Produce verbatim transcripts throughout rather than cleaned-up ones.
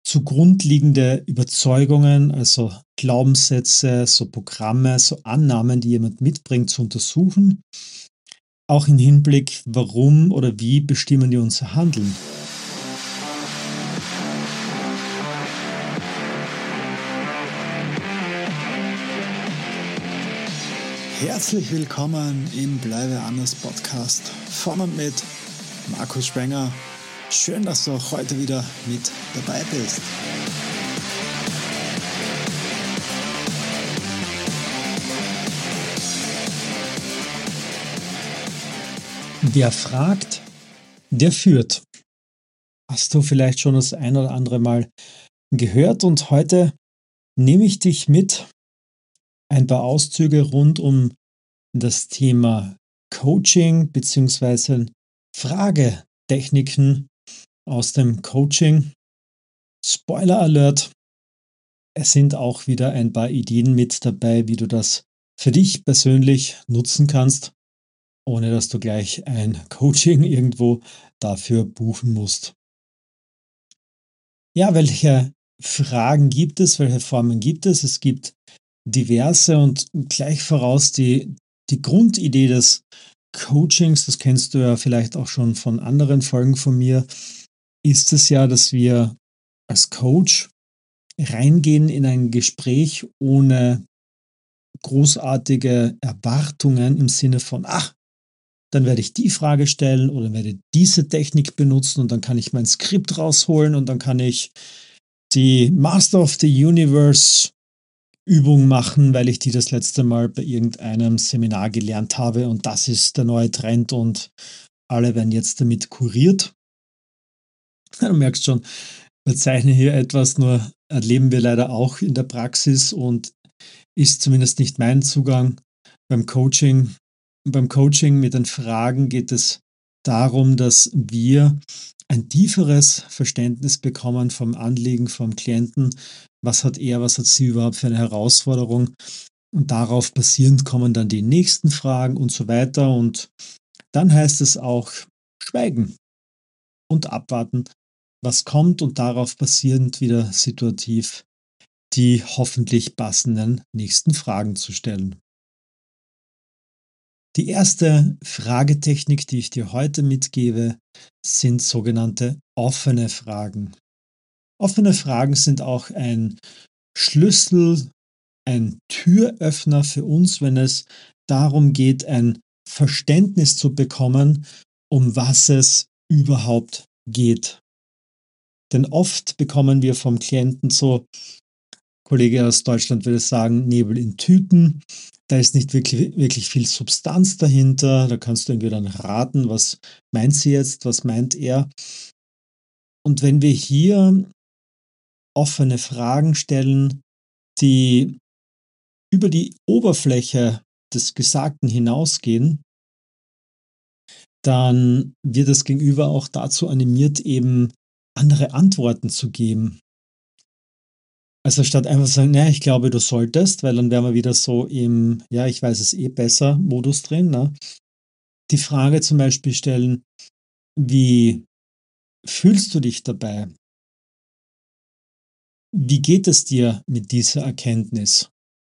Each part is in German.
zugrundliegende Überzeugungen, also Glaubenssätze, so Programme, so Annahmen, die jemand mitbringt, zu untersuchen, auch im Hinblick, warum oder wie bestimmen die unser Handeln. Herzlich willkommen im Bleibe anders Podcast von und mit Markus Spenger. Schön, dass du auch heute wieder mit dabei bist. Wer fragt, der führt. Hast du vielleicht schon das ein oder andere Mal gehört, und heute nehme ich dich mit ein paar Auszüge rund um das Thema Coaching bzw. Fragetechniken aus dem Coaching. Spoiler Alert, es sind auch wieder ein paar Ideen mit dabei, wie du das für dich persönlich nutzen kannst, ohne dass du gleich ein Coaching irgendwo dafür buchen musst. Ja, welche Fragen gibt es? Welche Formen gibt es? Es gibt diverse, und gleich voraus die, die Grundidee des Coachings, das kennst du ja vielleicht auch schon von anderen Folgen von mir, ist es ja, dass wir als Coach reingehen in ein Gespräch ohne großartige Erwartungen im Sinne von, ach, dann werde ich die Frage stellen oder werde diese Technik benutzen und dann kann ich mein Skript rausholen und dann kann ich die Master of the Universe Übung machen, weil ich die das letzte Mal bei irgendeinem Seminar gelernt habe und das ist der neue Trend und alle werden jetzt damit kuriert. Du merkst schon, wir zeichnen hier etwas, nur erleben wir leider auch in der Praxis und ist zumindest nicht mein Zugang beim Coaching. Beim Coaching mit den Fragen geht es darum, dass wir ein tieferes Verständnis bekommen vom Anliegen vom Klienten. Was hat er, was hat sie überhaupt für eine Herausforderung? Und darauf basierend kommen dann die nächsten Fragen und so weiter. Und dann heißt es auch schweigen und abwarten, was kommt, und darauf basierend wieder situativ die hoffentlich passenden nächsten Fragen zu stellen. Die erste Fragetechnik, die ich dir heute mitgebe, sind sogenannte offene Fragen. Offene Fragen sind auch ein Schlüssel, ein Türöffner für uns, wenn es darum geht, ein Verständnis zu bekommen, um was es überhaupt geht. Denn oft bekommen wir vom Klienten so, Kollege aus Deutschland würde sagen, Nebel in Tüten. Da ist nicht wirklich, wirklich viel Substanz dahinter. Da kannst du irgendwie dann raten, was meint sie jetzt, was meint er. Und wenn wir hier offene Fragen stellen, die über die Oberfläche des Gesagten hinausgehen, dann wird das Gegenüber auch dazu animiert, eben andere Antworten zu geben. Also statt einfach zu sagen, naja, ich glaube, du solltest, weil dann wären wir wieder so im, ja, ich weiß es eh besser Modus drin. Ne? Die Frage zum Beispiel stellen, wie fühlst du dich dabei? Wie geht es dir mit dieser Erkenntnis?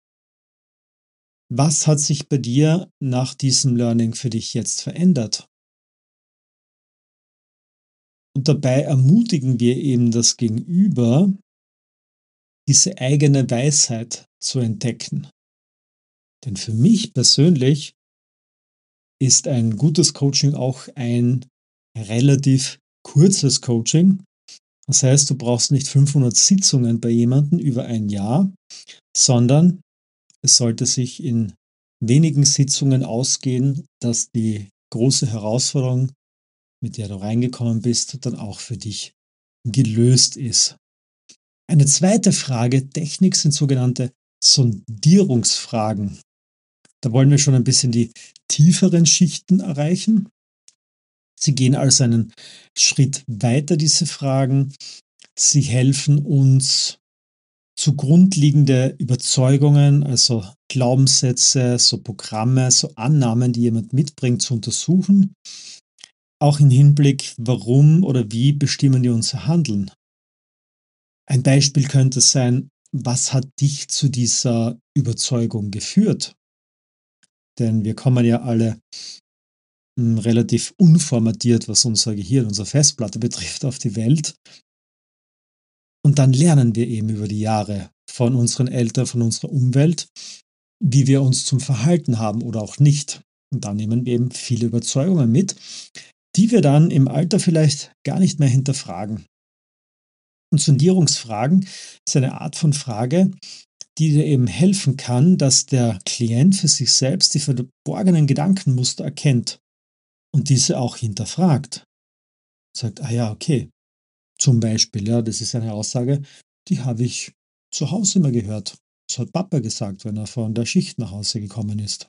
Was hat sich bei dir nach diesem Learning für dich jetzt verändert? Und dabei ermutigen wir eben das Gegenüber, diese eigene Weisheit zu entdecken. Denn für mich persönlich ist ein gutes Coaching auch ein relativ kurzes Coaching. Das heißt, du brauchst nicht fünfhundert Sitzungen bei jemandem über ein Jahr, sondern es sollte sich in wenigen Sitzungen ausgehen, dass die große Herausforderung, mit der du reingekommen bist, dann auch für dich gelöst ist. Eine zweite Frage, Technik, sind sogenannte Sondierungsfragen. Da wollen wir schon ein bisschen die tieferen Schichten erreichen. Sie gehen also einen Schritt weiter, diese Fragen. Sie helfen uns, zugrundliegende Überzeugungen, also Glaubenssätze, so Programme, so Annahmen, die jemand mitbringt, zu untersuchen. Auch im Hinblick, warum oder wie bestimmen die unser Handeln. Ein Beispiel könnte sein: Was hat dich zu dieser Überzeugung geführt? Denn wir kommen ja alle hm, relativ unformatiert, was unser Gehirn, unsere Festplatte betrifft, auf die Welt. Und dann lernen wir eben über die Jahre von unseren Eltern, von unserer Umwelt, wie wir uns zum Verhalten haben oder auch nicht. Und da nehmen wir eben viele Überzeugungen mit, die wir dann im Alter vielleicht gar nicht mehr hinterfragen. Und Sondierungsfragen ist eine Art von Frage, die dir eben helfen kann, dass der Klient für sich selbst die verborgenen Gedankenmuster erkennt und diese auch hinterfragt. Sagt: „Ah ja, okay." Zum Beispiel, ja, das ist eine Aussage, die habe ich zu Hause immer gehört. Das hat Papa gesagt, wenn er von der Schicht nach Hause gekommen ist.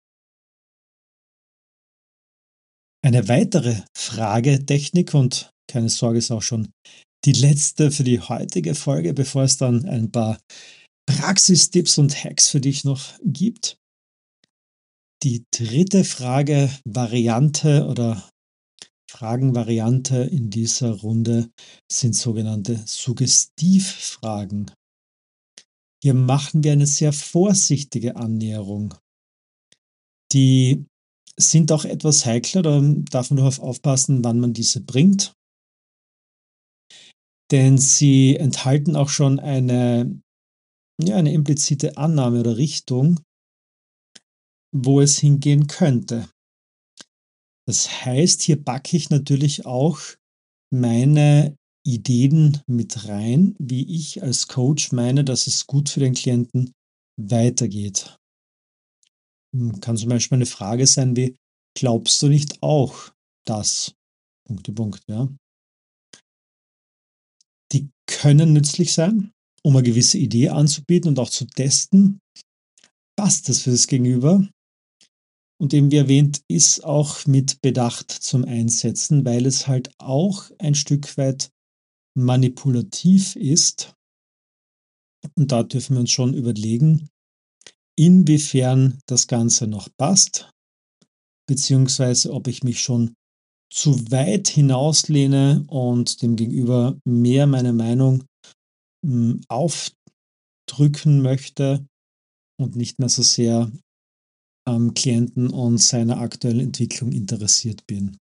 Eine weitere Fragetechnik, und keine Sorge, ist auch schon die letzte für die heutige Folge, bevor es dann ein paar Praxistipps und Hacks für dich noch gibt. Die dritte Frage-Variante oder Fragenvariante in dieser Runde sind sogenannte Suggestivfragen. Hier machen wir eine sehr vorsichtige Annäherung. Die sind auch etwas heikler, da darf man darauf aufpassen, wann man diese bringt, denn sie enthalten auch schon eine, ja, eine implizite Annahme oder Richtung, wo es hingehen könnte. Das heißt, hier packe ich natürlich auch meine Ideen mit rein, wie ich als Coach meine, dass es gut für den Klienten weitergeht. Hm, kann zum Beispiel eine Frage sein wie: „Glaubst du nicht auch, dass…“ Punkte, Punkt, ja. Die können nützlich sein, um eine gewisse Idee anzubieten und auch zu testen, passt das für das Gegenüber? Und eben wie erwähnt, ist auch mit Bedacht zum Einsetzen, weil es halt auch ein Stück weit manipulativ ist. Und da dürfen wir uns schon überlegen, inwiefern das Ganze noch passt, beziehungsweise ob ich mich schon zu weit hinauslehne und dem Gegenüber mehr meine Meinung hm, aufdrücken möchte und nicht mehr so sehr am Klienten und seiner aktuellen Entwicklung interessiert bin.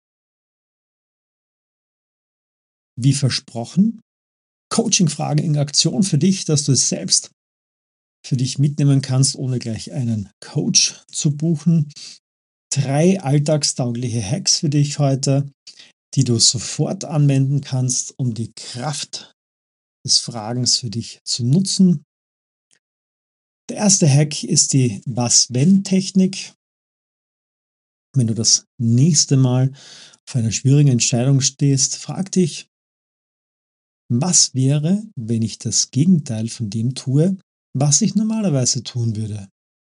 Wie versprochen, Coaching-Fragen in Aktion für dich, dass du es selbst für dich mitnehmen kannst, ohne gleich einen Coach zu buchen. Drei alltagstaugliche Hacks für dich heute, die du sofort anwenden kannst, um die Kraft des Fragens für dich zu nutzen. Der erste Hack ist die Was-Wenn-Technik. Wenn du das nächste Mal vor einer schwierigen Entscheidung stehst, frag dich: Was wäre, wenn ich das Gegenteil von dem tue, was ich normalerweise tun würde?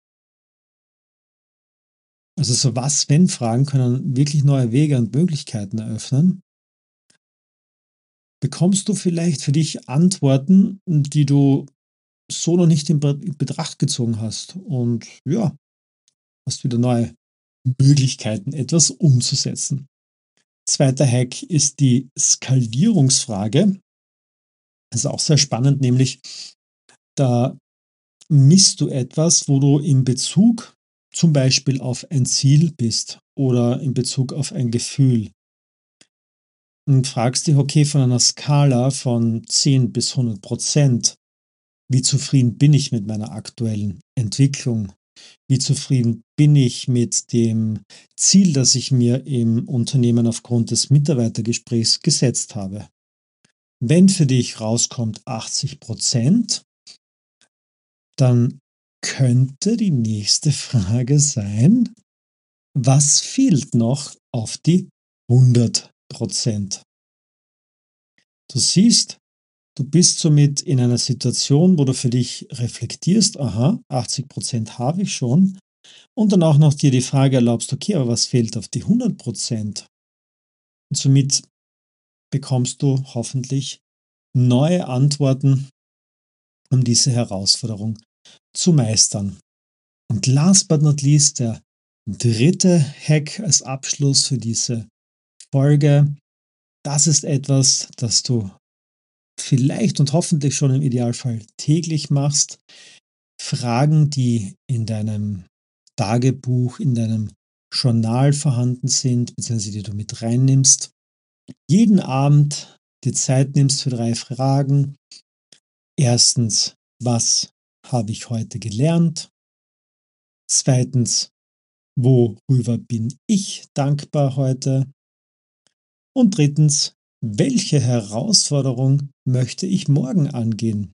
Also so Was-Wenn-Fragen können wirklich neue Wege und Möglichkeiten eröffnen. Bekommst du vielleicht für dich Antworten, die du so noch nicht in Be in Betracht gezogen hast, und ja, hast wieder neue Möglichkeiten, etwas umzusetzen. Zweiter Hack ist die Skalierungsfrage. Das ist auch sehr spannend, nämlich da misst du etwas, wo du in Bezug zum Beispiel auf ein Ziel bist oder in Bezug auf ein Gefühl, und fragst dich: „Okay, von einer Skala von zehn bis hundert Prozent, wie zufrieden bin ich mit meiner aktuellen Entwicklung? Wie zufrieden bin ich mit dem Ziel, das ich mir im Unternehmen aufgrund des Mitarbeitergesprächs gesetzt habe?“ Wenn für dich rauskommt achtzig Prozent, dann könnte die nächste Frage sein: Was fehlt noch auf die hundert Prozent? Du siehst, du bist somit in einer Situation, wo du für dich reflektierst: „Aha, achtzig Prozent habe ich schon“, und dann auch noch dir die Frage erlaubst: „Okay, aber was fehlt auf die hundert Prozent?“ Und somit bekommst du hoffentlich neue Antworten, um diese Herausforderung zu meistern. Und last but not least, der dritte Hack als Abschluss für diese Folge. Das ist etwas, das du vielleicht und hoffentlich schon im Idealfall täglich machst. Fragen, die in deinem Tagebuch, in deinem Journal vorhanden sind, beziehungsweise die du mit reinnimmst. Jeden Abend dir Zeit nimmst für drei Fragen. Erstens, was habe ich heute gelernt? Zweitens, worüber bin ich dankbar heute? Und drittens, welche Herausforderung möchte ich morgen angehen?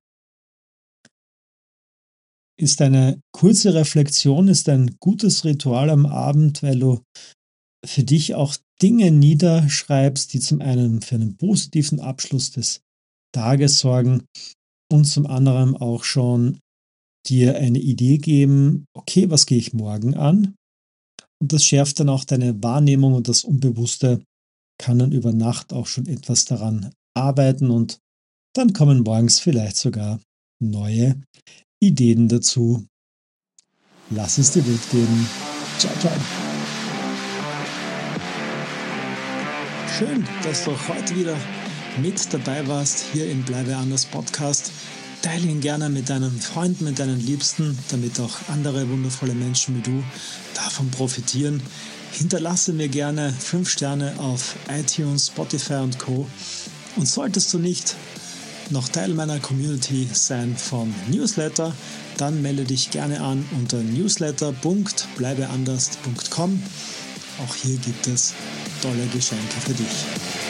Ist eine kurze Reflexion, ist ein gutes Ritual am Abend, weil du für dich auch Dinge niederschreibst, die zum einen für einen positiven Abschluss des Tages sorgen und zum anderen auch schon dir eine Idee geben, okay, was gehe ich morgen an? Und das schärft dann auch deine Wahrnehmung und das Unbewusste kann dann über Nacht auch schon etwas daran arbeiten und dann kommen morgens vielleicht sogar neue Ideen dazu. Lass es dir gut gehen. Ciao, ciao. Schön, dass du heute wieder mit dabei warst hier im Bleibe anders Podcast. Teile ihn gerne mit deinen Freunden, mit deinen Liebsten, damit auch andere wundervolle Menschen wie du davon profitieren. Hinterlasse mir gerne fünf Sterne auf iTunes, Spotify und Co. Und solltest du nicht noch Teil meiner Community sein vom Newsletter, dann melde dich gerne an unter newsletter punkt bleibeanders punkt com. Auch hier gibt es tolle Geschenke für dich.